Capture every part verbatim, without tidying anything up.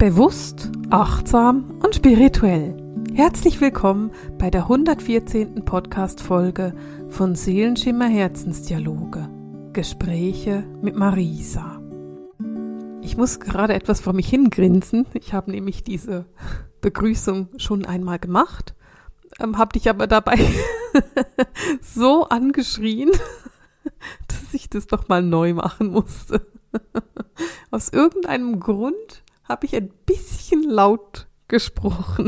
Bewusst, achtsam und spirituell. Herzlich willkommen bei der hundertvierzehnten Podcast-Folge von Seelenschimmer Herzensdialoge. Gespräche mit Marisa. Ich muss gerade etwas vor mich hingrinsen. Ich habe nämlich diese Begrüßung schon einmal gemacht, ähm, habe dich aber dabei so angeschrien, dass ich das nochmal neu machen musste. Aus irgendeinem Grund habe ich ein bisschen laut gesprochen.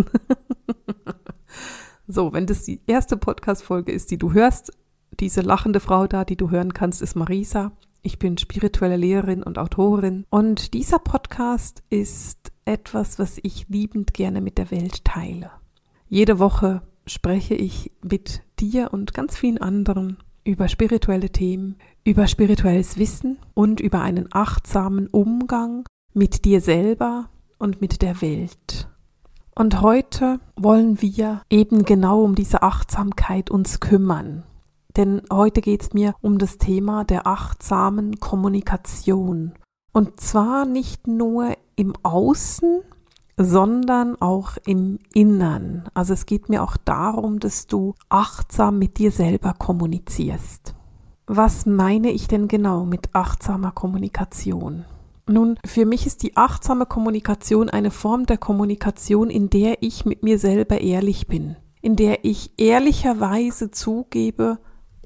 So, wenn das die erste Podcast-Folge ist, die du hörst, diese lachende Frau da, die du hören kannst, ist Marisa. Ich bin spirituelle Lehrerin und Autorin. Und dieser Podcast ist etwas, was ich liebend gerne mit der Welt teile. Jede Woche spreche ich mit dir und ganz vielen anderen über spirituelle Themen, über spirituelles Wissen und über einen achtsamen Umgang mit dir selber und mit der Welt. Und heute wollen wir eben genau um diese Achtsamkeit uns kümmern. Denn heute geht es mir um das Thema der achtsamen Kommunikation. Und zwar nicht nur im Außen, sondern auch im Innern. Also es geht mir auch darum, dass du achtsam mit dir selber kommunizierst. Was meine ich denn genau mit achtsamer Kommunikation? Nun, für mich ist die achtsame Kommunikation eine Form der Kommunikation, in der ich mit mir selber ehrlich bin, in der ich ehrlicherweise zugebe,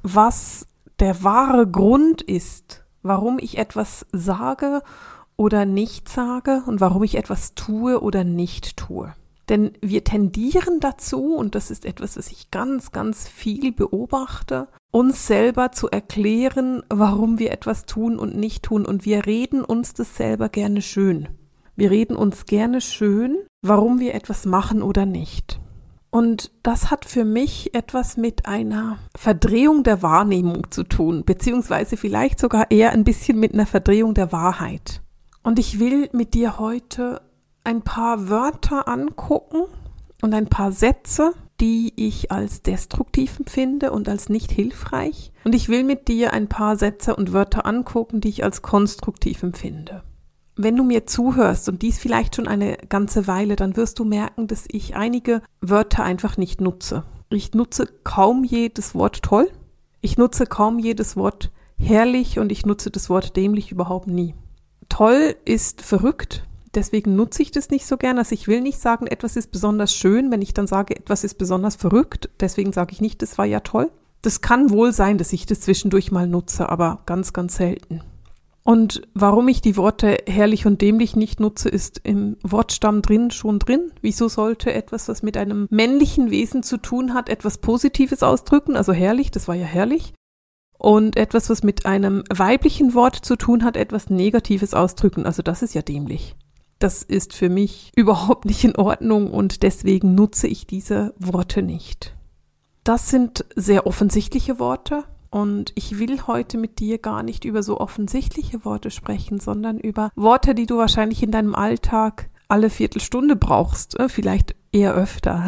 was der wahre Grund ist, warum ich etwas sage oder nicht sage und warum ich etwas tue oder nicht tue. Denn wir tendieren dazu, und das ist etwas, was ich ganz, ganz viel beobachte, uns selber zu erklären, warum wir etwas tun und nicht tun. Und wir reden uns das selber gerne schön. Wir reden uns gerne schön, warum wir etwas machen oder nicht. Und das hat für mich etwas mit einer Verdrehung der Wahrnehmung zu tun, beziehungsweise vielleicht sogar eher ein bisschen mit einer Verdrehung der Wahrheit. Und ich will mit dir heute ein paar Wörter angucken und ein paar Sätze, die ich als destruktiv empfinde und als nicht hilfreich. Und ich will mit dir ein paar Sätze und Wörter angucken, die ich als konstruktiv empfinde. Wenn du mir zuhörst und dies vielleicht schon eine ganze Weile, dann wirst du merken, dass ich einige Wörter einfach nicht nutze. Ich nutze kaum jedes Wort toll, ich nutze kaum jedes Wort herrlich und ich nutze das Wort dämlich überhaupt nie. Toll ist verrückt. Deswegen nutze ich das nicht so gern. Also ich will nicht sagen, etwas ist besonders schön, wenn ich dann sage, etwas ist besonders verrückt. Deswegen sage ich nicht, das war ja toll. Das kann wohl sein, dass ich das zwischendurch mal nutze, aber ganz, ganz selten. Und warum ich die Worte herrlich und dämlich nicht nutze, ist im Wortstamm drin schon drin. Wieso sollte etwas, was mit einem männlichen Wesen zu tun hat, etwas Positives ausdrücken? Also herrlich, das war ja herrlich. Und etwas, was mit einem weiblichen Wort zu tun hat, etwas Negatives ausdrücken. Also das ist ja dämlich. Das ist für mich überhaupt nicht in Ordnung und deswegen nutze ich diese Worte nicht. Das sind sehr offensichtliche Worte und ich will heute mit dir gar nicht über so offensichtliche Worte sprechen, sondern über Worte, die du wahrscheinlich in deinem Alltag alle Viertelstunde brauchst, vielleicht eher öfter.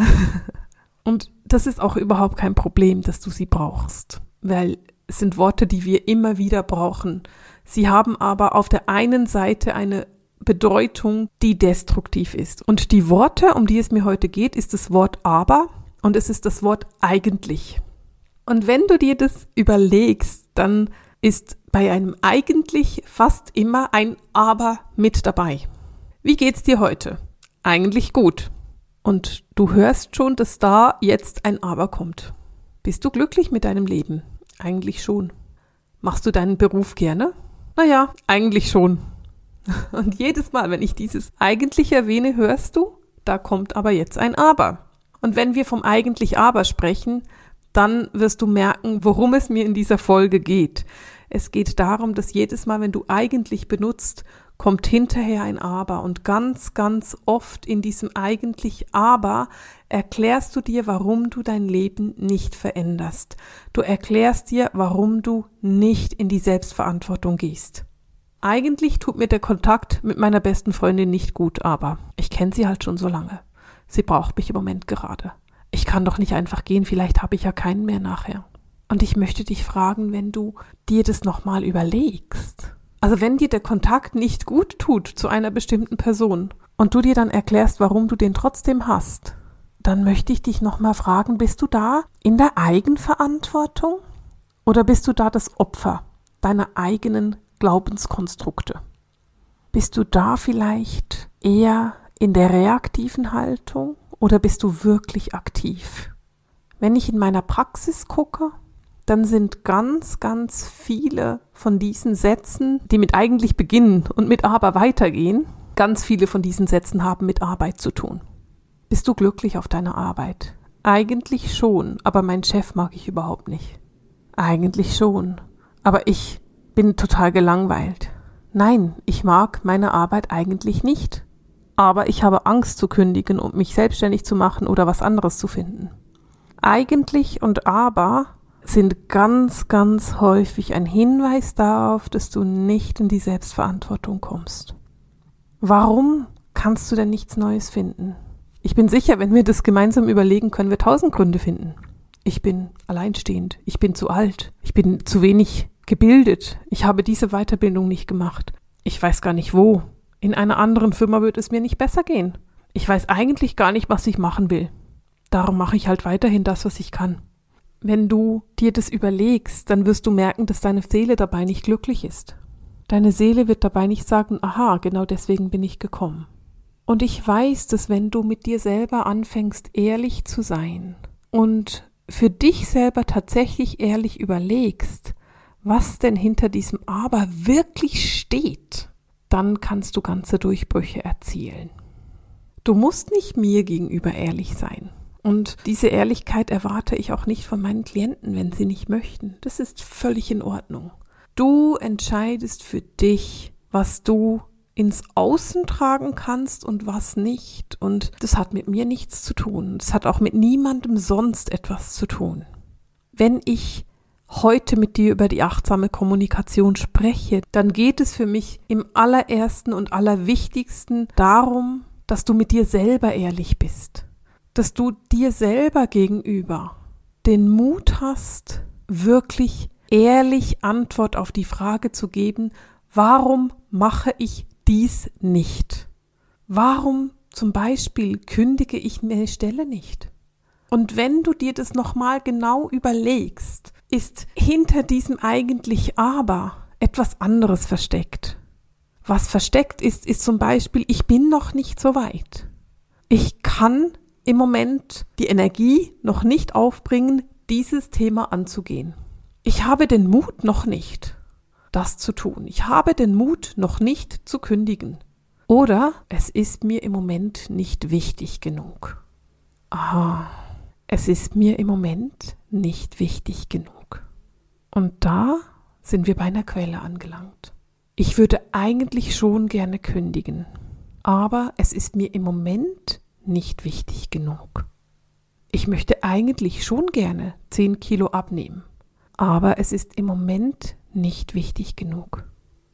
Und das ist auch überhaupt kein Problem, dass du sie brauchst, weil es sind Worte, die wir immer wieder brauchen. Sie haben aber auf der einen Seite eine Bedeutung, die destruktiv ist. Und die Worte, um die es mir heute geht, ist das Wort aber und es ist das Wort eigentlich. Und wenn du dir das überlegst, dann ist bei einem eigentlich fast immer ein aber mit dabei. Wie geht's dir heute? Eigentlich gut. Und du hörst schon, dass da jetzt ein aber kommt. Bist du glücklich mit deinem Leben? Eigentlich schon. Machst du deinen Beruf gerne? Naja, eigentlich schon. Und jedes Mal, wenn ich dieses eigentlich erwähne, hörst du, da kommt aber jetzt ein Aber. Und wenn wir vom eigentlich aber sprechen, dann wirst du merken, worum es mir in dieser Folge geht. Es geht darum, dass jedes Mal, wenn du eigentlich benutzt, kommt hinterher ein Aber. Und ganz, ganz oft in diesem eigentlich aber erklärst du dir, warum du dein Leben nicht veränderst. Du erklärst dir, warum du nicht in die Selbstverantwortung gehst. Eigentlich tut mir der Kontakt mit meiner besten Freundin nicht gut, aber ich kenne sie halt schon so lange. Sie braucht mich im Moment gerade. Ich kann doch nicht einfach gehen, vielleicht habe ich ja keinen mehr nachher. Und ich möchte dich fragen, wenn du dir das nochmal überlegst. Also wenn dir der Kontakt nicht gut tut zu einer bestimmten Person und du dir dann erklärst, warum du den trotzdem hast, dann möchte ich dich nochmal fragen, bist du da in der Eigenverantwortung oder bist du da das Opfer deiner eigenen Glaubenskonstrukte? Bist du da vielleicht eher in der reaktiven Haltung oder bist du wirklich aktiv? Wenn ich in meiner Praxis gucke, dann sind ganz, ganz viele von diesen Sätzen, die mit eigentlich beginnen und mit aber weitergehen, ganz viele von diesen Sätzen haben mit Arbeit zu tun. Bist du glücklich auf deiner Arbeit? Eigentlich schon, aber meinen Chef mag ich überhaupt nicht. Eigentlich schon, aber ich bin total gelangweilt. Nein, ich mag meine Arbeit eigentlich nicht, aber ich habe Angst zu kündigen und mich selbstständig zu machen oder was anderes zu finden. Eigentlich und aber sind ganz, ganz häufig ein Hinweis darauf, dass du nicht in die Selbstverantwortung kommst. Warum kannst du denn nichts Neues finden? Ich bin sicher, wenn wir das gemeinsam überlegen, können wir tausend Gründe finden. Ich bin alleinstehend, ich bin zu alt, ich bin zu wenig gebildet, ich habe diese Weiterbildung nicht gemacht, ich weiß gar nicht wo. In einer anderen Firma wird es mir nicht besser gehen. Ich weiß eigentlich gar nicht, was ich machen will. Darum mache ich halt weiterhin das, was ich kann. Wenn du dir das überlegst, dann wirst du merken, dass deine Seele dabei nicht glücklich ist. Deine Seele wird dabei nicht sagen, aha, genau deswegen bin ich gekommen. Und ich weiß, dass wenn du mit dir selber anfängst, ehrlich zu sein und für dich selber tatsächlich ehrlich überlegst, was denn hinter diesem Aber wirklich steht, dann kannst du ganze Durchbrüche erzielen. Du musst nicht mir gegenüber ehrlich sein. Und diese Ehrlichkeit erwarte ich auch nicht von meinen Klienten, wenn sie nicht möchten. Das ist völlig in Ordnung. Du entscheidest für dich, was du ins Außen tragen kannst und was nicht. Und das hat mit mir nichts zu tun. Das hat auch mit niemandem sonst etwas zu tun. Wenn ich heute mit dir über die achtsame Kommunikation spreche, dann geht es für mich im allerersten und allerwichtigsten darum, dass du mit dir selber ehrlich bist. Dass du dir selber gegenüber den Mut hast, wirklich ehrlich Antwort auf die Frage zu geben, warum mache ich dies nicht? Warum zum Beispiel kündige ich meine Stelle nicht? Und wenn du dir das nochmal genau überlegst, ist hinter diesem eigentlich aber etwas anderes versteckt. Was versteckt ist, ist zum Beispiel, ich bin noch nicht so weit. Ich kann im Moment die Energie noch nicht aufbringen, dieses Thema anzugehen. Ich habe den Mut noch nicht, das zu tun. Ich habe den Mut noch nicht zu kündigen. Oder es ist mir im Moment nicht wichtig genug. Aha, es ist mir im Moment nicht wichtig genug. Und da sind wir bei einer Quelle angelangt. Ich würde eigentlich schon gerne kündigen, aber es ist mir im Moment nicht wichtig genug. Ich möchte eigentlich schon gerne zehn Kilo abnehmen, aber es ist im Moment nicht wichtig genug.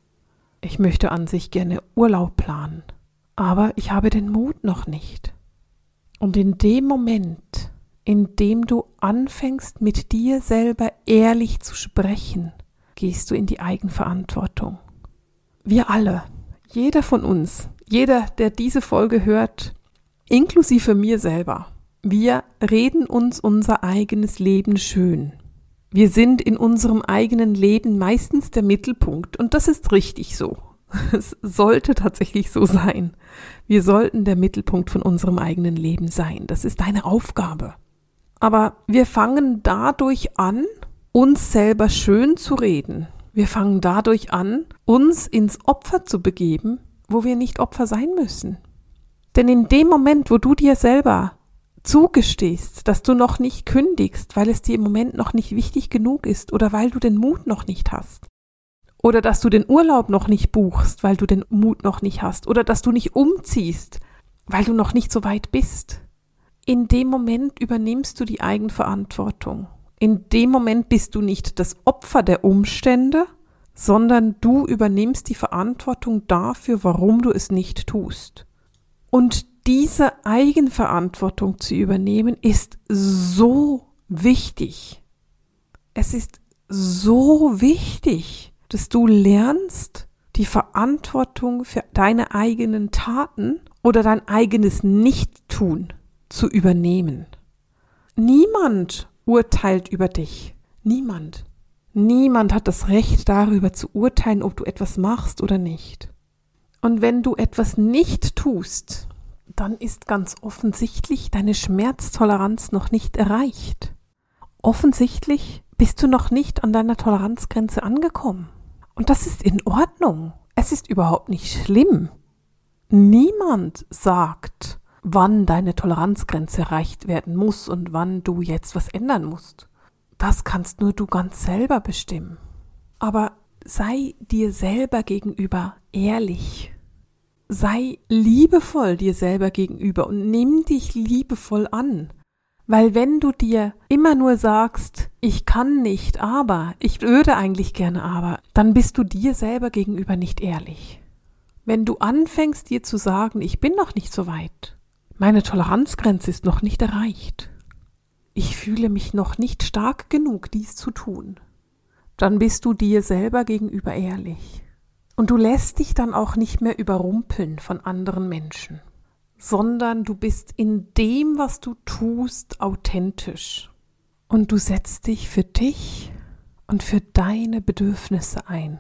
Ich möchte an sich gerne Urlaub planen, aber ich habe den Mut noch nicht. Und in dem Moment, in dem du anfängst, mit dir selber ehrlich zu sprechen, gehst du in die Eigenverantwortung. Wir alle, jeder von uns, jeder, der diese Folge hört, inklusive mir selber, wir reden uns unser eigenes Leben schön. Wir sind in unserem eigenen Leben meistens der Mittelpunkt und das ist richtig so. Es sollte tatsächlich so sein. Wir sollten der Mittelpunkt von unserem eigenen Leben sein. Das ist deine Aufgabe. Aber wir fangen dadurch an, uns selber schön zu reden. Wir fangen dadurch an, uns ins Opfer zu begeben, wo wir nicht Opfer sein müssen. Denn in dem Moment, wo du dir selber zugestehst, dass du noch nicht kündigst, weil es dir im Moment noch nicht wichtig genug ist oder weil du den Mut noch nicht hast, oder dass du den Urlaub noch nicht buchst, weil du den Mut noch nicht hast, oder dass du nicht umziehst, weil du noch nicht so weit bist, in dem Moment übernimmst du die Eigenverantwortung. In dem Moment bist du nicht das Opfer der Umstände, sondern du übernimmst die Verantwortung dafür, warum du es nicht tust. Und diese Eigenverantwortung zu übernehmen, ist so wichtig. Es ist so wichtig, dass du lernst, die Verantwortung für deine eigenen Taten oder dein eigenes Nicht-Tun zu übernehmen. Niemand urteilt über dich. Niemand. Niemand hat das Recht darüber zu urteilen, ob du etwas machst oder nicht. Und wenn du etwas nicht tust, dann ist ganz offensichtlich deine Schmerztoleranz noch nicht erreicht. Offensichtlich bist du noch nicht an deiner Toleranzgrenze angekommen. Und das ist in Ordnung. Es ist überhaupt nicht schlimm. Niemand sagt, wann deine Toleranzgrenze erreicht werden muss und wann du jetzt was ändern musst. Das kannst nur du ganz selber bestimmen. Aber sei dir selber gegenüber ehrlich. Sei liebevoll dir selber gegenüber und nimm dich liebevoll an. Weil wenn du dir immer nur sagst, ich kann nicht, aber, ich würde eigentlich gerne, aber, dann bist du dir selber gegenüber nicht ehrlich. Wenn du anfängst, dir zu sagen, ich bin noch nicht so weit, meine Toleranzgrenze ist noch nicht erreicht, ich fühle mich noch nicht stark genug, dies zu tun, dann bist du dir selber gegenüber ehrlich. Und du lässt dich dann auch nicht mehr überrumpeln von anderen Menschen, sondern du bist in dem, was du tust, authentisch. Und du setzt dich für dich und für deine Bedürfnisse ein.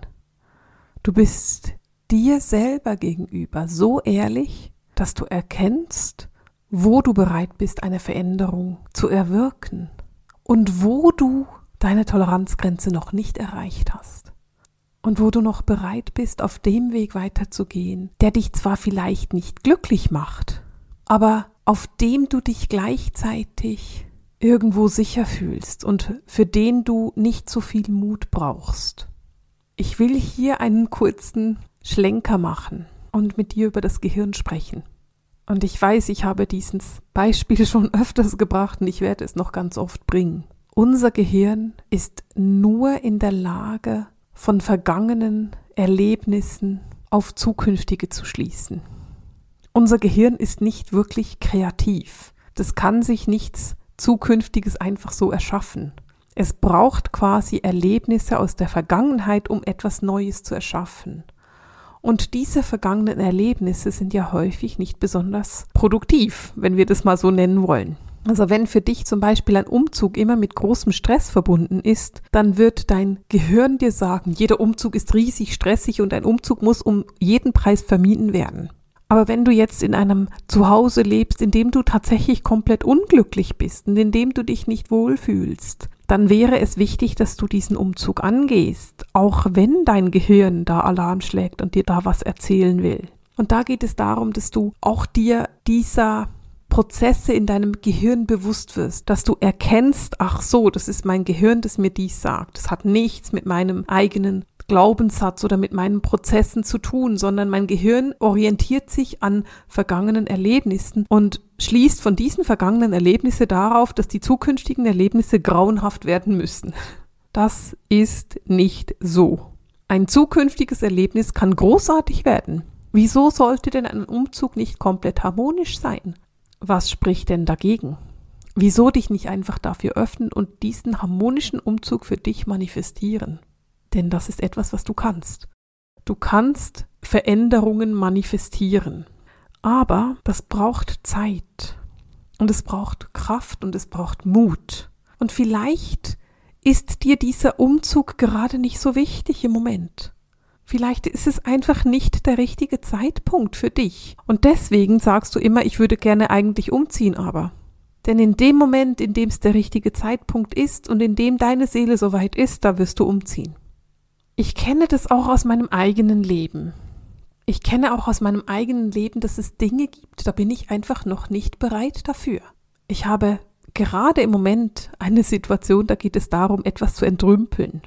Du bist dir selber gegenüber so ehrlich, dass du erkennst, wo du bereit bist, eine Veränderung zu erwirken und wo du deine Toleranzgrenze noch nicht erreicht hast. Und wo du noch bereit bist, auf dem Weg weiterzugehen, der dich zwar vielleicht nicht glücklich macht, aber auf dem du dich gleichzeitig irgendwo sicher fühlst und für den du nicht so viel Mut brauchst. Ich will hier einen kurzen Schlenker machen und mit dir über das Gehirn sprechen. Und ich weiß, ich habe dieses Beispiel schon öfters gebracht und ich werde es noch ganz oft bringen. Unser Gehirn ist nur in der Lage, von vergangenen Erlebnissen auf zukünftige zu schließen. Unser Gehirn ist nicht wirklich kreativ. Das kann sich nichts Zukünftiges einfach so erschaffen. Es braucht quasi Erlebnisse aus der Vergangenheit, um etwas Neues zu erschaffen. Und diese vergangenen Erlebnisse sind ja häufig nicht besonders produktiv, wenn wir das mal so nennen wollen. Also wenn für dich zum Beispiel ein Umzug immer mit großem Stress verbunden ist, dann wird dein Gehirn dir sagen, jeder Umzug ist riesig stressig und ein Umzug muss um jeden Preis vermieden werden. Aber wenn du jetzt in einem Zuhause lebst, in dem du tatsächlich komplett unglücklich bist und in dem du dich nicht wohlfühlst, dann wäre es wichtig, dass du diesen Umzug angehst, auch wenn dein Gehirn da Alarm schlägt und dir da was erzählen will. Und da geht es darum, dass du auch dir dieser Prozesse in deinem Gehirn bewusst wirst, dass du erkennst, ach so, das ist mein Gehirn, das mir dies sagt. Das hat nichts mit meinem eigenen Glaubenssatz oder mit meinen Prozessen zu tun, sondern mein Gehirn orientiert sich an vergangenen Erlebnissen und schließt von diesen vergangenen Erlebnissen darauf, dass die zukünftigen Erlebnisse grauenhaft werden müssen. Das ist nicht so. Ein zukünftiges Erlebnis kann großartig werden. Wieso sollte denn ein Umzug nicht komplett harmonisch sein? Was spricht denn dagegen? Wieso dich nicht einfach dafür öffnen und diesen harmonischen Umzug für dich manifestieren? Denn das ist etwas, was du kannst. Du kannst Veränderungen manifestieren. Aber das braucht Zeit. Und es braucht Kraft und es braucht Mut. Und vielleicht ist dir dieser Umzug gerade nicht so wichtig im Moment. Vielleicht ist es einfach nicht der richtige Zeitpunkt für dich. Und deswegen sagst du immer, ich würde gerne eigentlich umziehen, aber. Denn in dem Moment, in dem es der richtige Zeitpunkt ist und in dem deine Seele soweit ist, da wirst du umziehen. Ich kenne das auch aus meinem eigenen Leben. Ich kenne auch aus meinem eigenen Leben, dass es Dinge gibt, da bin ich einfach noch nicht bereit dafür. Ich habe gerade im Moment eine Situation, da geht es darum, etwas zu entrümpeln.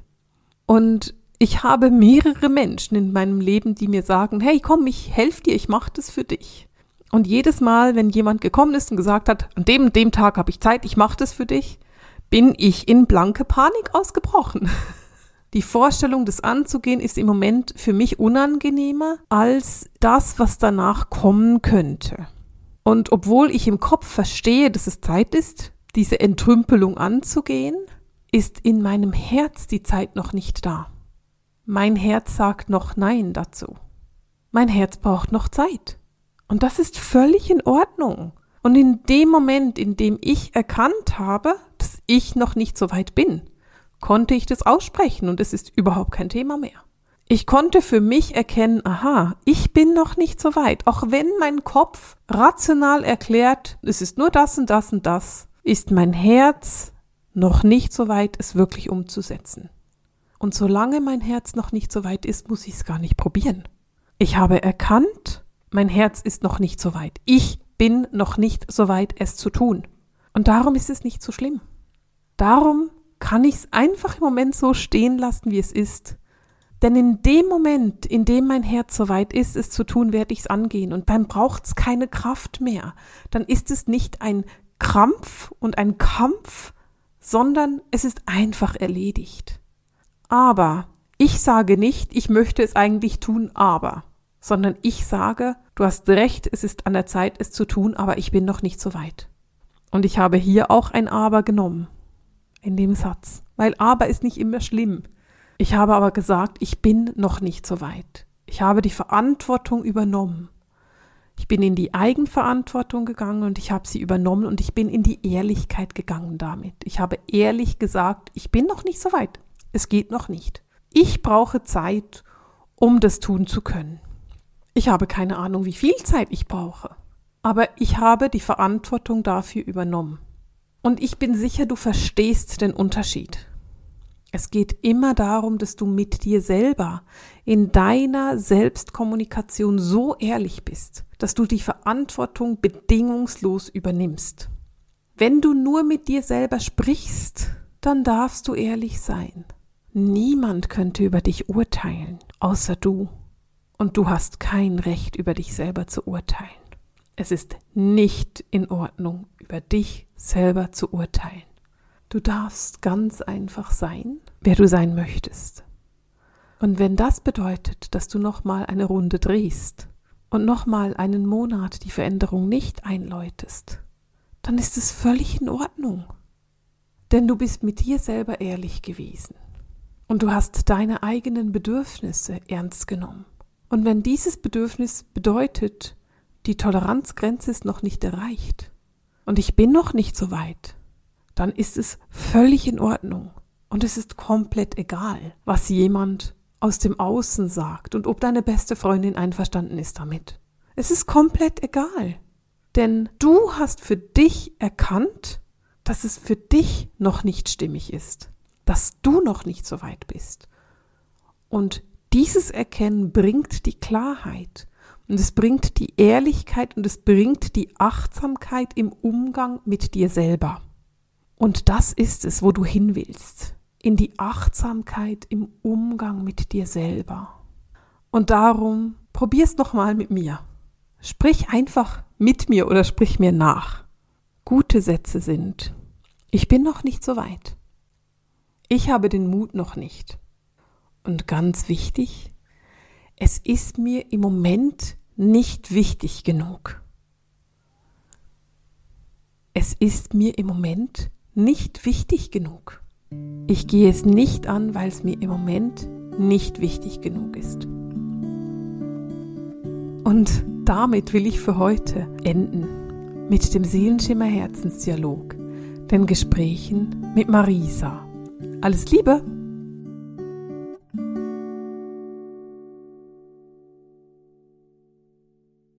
Und ich habe mehrere Menschen in meinem Leben, die mir sagen, hey komm, ich helfe dir, ich mache das für dich. Und jedes Mal, wenn jemand gekommen ist und gesagt hat, an dem und dem Tag habe ich Zeit, ich mache das für dich, bin ich in blanke Panik ausgebrochen. Die Vorstellung, das anzugehen, ist im Moment für mich unangenehmer als das, was danach kommen könnte. Und obwohl ich im Kopf verstehe, dass es Zeit ist, diese Entrümpelung anzugehen, ist in meinem Herz die Zeit noch nicht da. Mein Herz sagt noch Nein dazu. Mein Herz braucht noch Zeit. Und das ist völlig in Ordnung. Und in dem Moment, in dem ich erkannt habe, dass ich noch nicht so weit bin, konnte ich das aussprechen und es ist überhaupt kein Thema mehr. Ich konnte für mich erkennen, aha, ich bin noch nicht so weit. Auch wenn mein Kopf rational erklärt, es ist nur das und das und das, ist mein Herz noch nicht so weit, es wirklich umzusetzen. Und solange mein Herz noch nicht so weit ist, muss ich es gar nicht probieren. Ich habe erkannt, mein Herz ist noch nicht so weit. Ich bin noch nicht so weit, es zu tun. Und darum ist es nicht so schlimm. Darum kann ich es einfach im Moment so stehen lassen, wie es ist. Denn in dem Moment, in dem mein Herz so weit ist, es zu tun, werde ich es angehen. Und dann braucht es keine Kraft mehr. Dann ist es nicht ein Krampf und ein Kampf, sondern es ist einfach erledigt. Aber ich sage nicht, ich möchte es eigentlich tun, aber, sondern ich sage, du hast recht, es ist an der Zeit, es zu tun, aber ich bin noch nicht so weit. Und ich habe hier auch ein Aber genommen, in dem Satz, weil aber ist nicht immer schlimm. Ich habe aber gesagt, ich bin noch nicht so weit. Ich habe die Verantwortung übernommen. Ich bin in die Eigenverantwortung gegangen und ich habe sie übernommen und ich bin in die Ehrlichkeit gegangen damit. Ich habe ehrlich gesagt, ich bin noch nicht so weit. Es geht noch nicht. Ich brauche Zeit, um das tun zu können. Ich habe keine Ahnung, wie viel Zeit ich brauche. Aber ich habe die Verantwortung dafür übernommen. Und ich bin sicher, du verstehst den Unterschied. Es geht immer darum, dass du mit dir selber in deiner Selbstkommunikation so ehrlich bist, dass du die Verantwortung bedingungslos übernimmst. Wenn du nur mit dir selber sprichst, dann darfst du ehrlich sein. Niemand könnte über dich urteilen, außer du. Und du hast kein Recht, über dich selber zu urteilen. Es ist nicht in Ordnung, über dich selber zu urteilen. Du darfst ganz einfach sein, wer du sein möchtest. Und wenn das bedeutet, dass du nochmal eine Runde drehst und nochmal einen Monat die Veränderung nicht einläutest, dann ist es völlig in Ordnung. Denn du bist mit dir selber ehrlich gewesen. Und du hast deine eigenen Bedürfnisse ernst genommen. Und wenn dieses Bedürfnis bedeutet, die Toleranzgrenze ist noch nicht erreicht und ich bin noch nicht so weit, dann ist es völlig in Ordnung und es ist komplett egal, was jemand aus dem Außen sagt und ob deine beste Freundin einverstanden ist damit. Es ist komplett egal, denn du hast für dich erkannt, dass es für dich noch nicht stimmig ist, dass du noch nicht so weit bist. Und dieses Erkennen bringt die Klarheit und es bringt die Ehrlichkeit und es bringt die Achtsamkeit im Umgang mit dir selber. Und das ist es, wo du hin willst, in die Achtsamkeit im Umgang mit dir selber. Und darum probier's nochmal mit mir. Sprich einfach mit mir oder sprich mir nach. Gute Sätze sind: Ich bin noch nicht so weit. Ich habe den Mut noch nicht. Und ganz wichtig, es ist mir im Moment nicht wichtig genug. Es ist mir im Moment nicht wichtig genug. Ich gehe es nicht an, weil es mir im Moment nicht wichtig genug ist. Und damit will ich für heute enden mit dem Seelenschimmer Herzensdialog, den Gesprächen mit Marisa. Alles Liebe!